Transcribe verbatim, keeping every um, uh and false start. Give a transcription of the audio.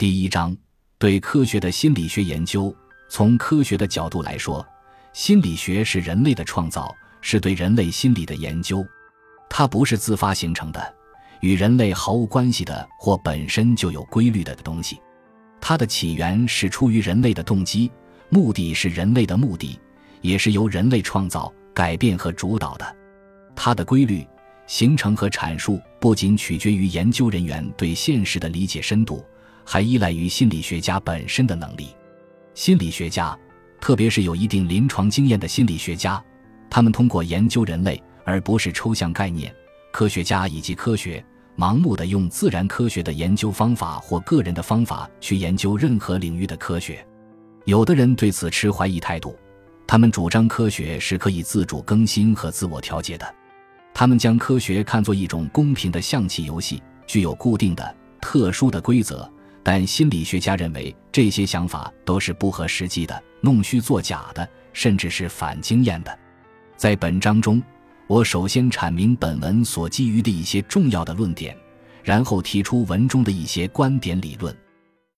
第一章，对科学的心理学研究。从科学的角度来说，心理学是人类的创造，是对人类心理的研究。它不是自发形成的，与人类毫无关系的或本身就有规律的东西。它的起源是出于人类的动机，目的是人类的目的，也是由人类创造、改变和主导的。它的规律、形成和阐述不仅取决于研究人员对现实的理解深度，还依赖于心理学家本身的能力。心理学家，特别是有一定临床经验的心理学家，他们通过研究人类，而不是抽象概念，科学家以及科学，盲目地用自然科学的研究方法或个人的方法去研究任何领域的科学。有的人对此持怀疑态度，他们主张科学是可以自主更新和自我调节的。他们将科学看作一种公平的象棋游戏，具有固定的、特殊的规则，但心理学家认为这些想法都是不合实际的、弄虚作假的，甚至是反经验的。在本章中，我首先阐明本文所基于的一些重要的论点，然后提出文中的一些观点理论。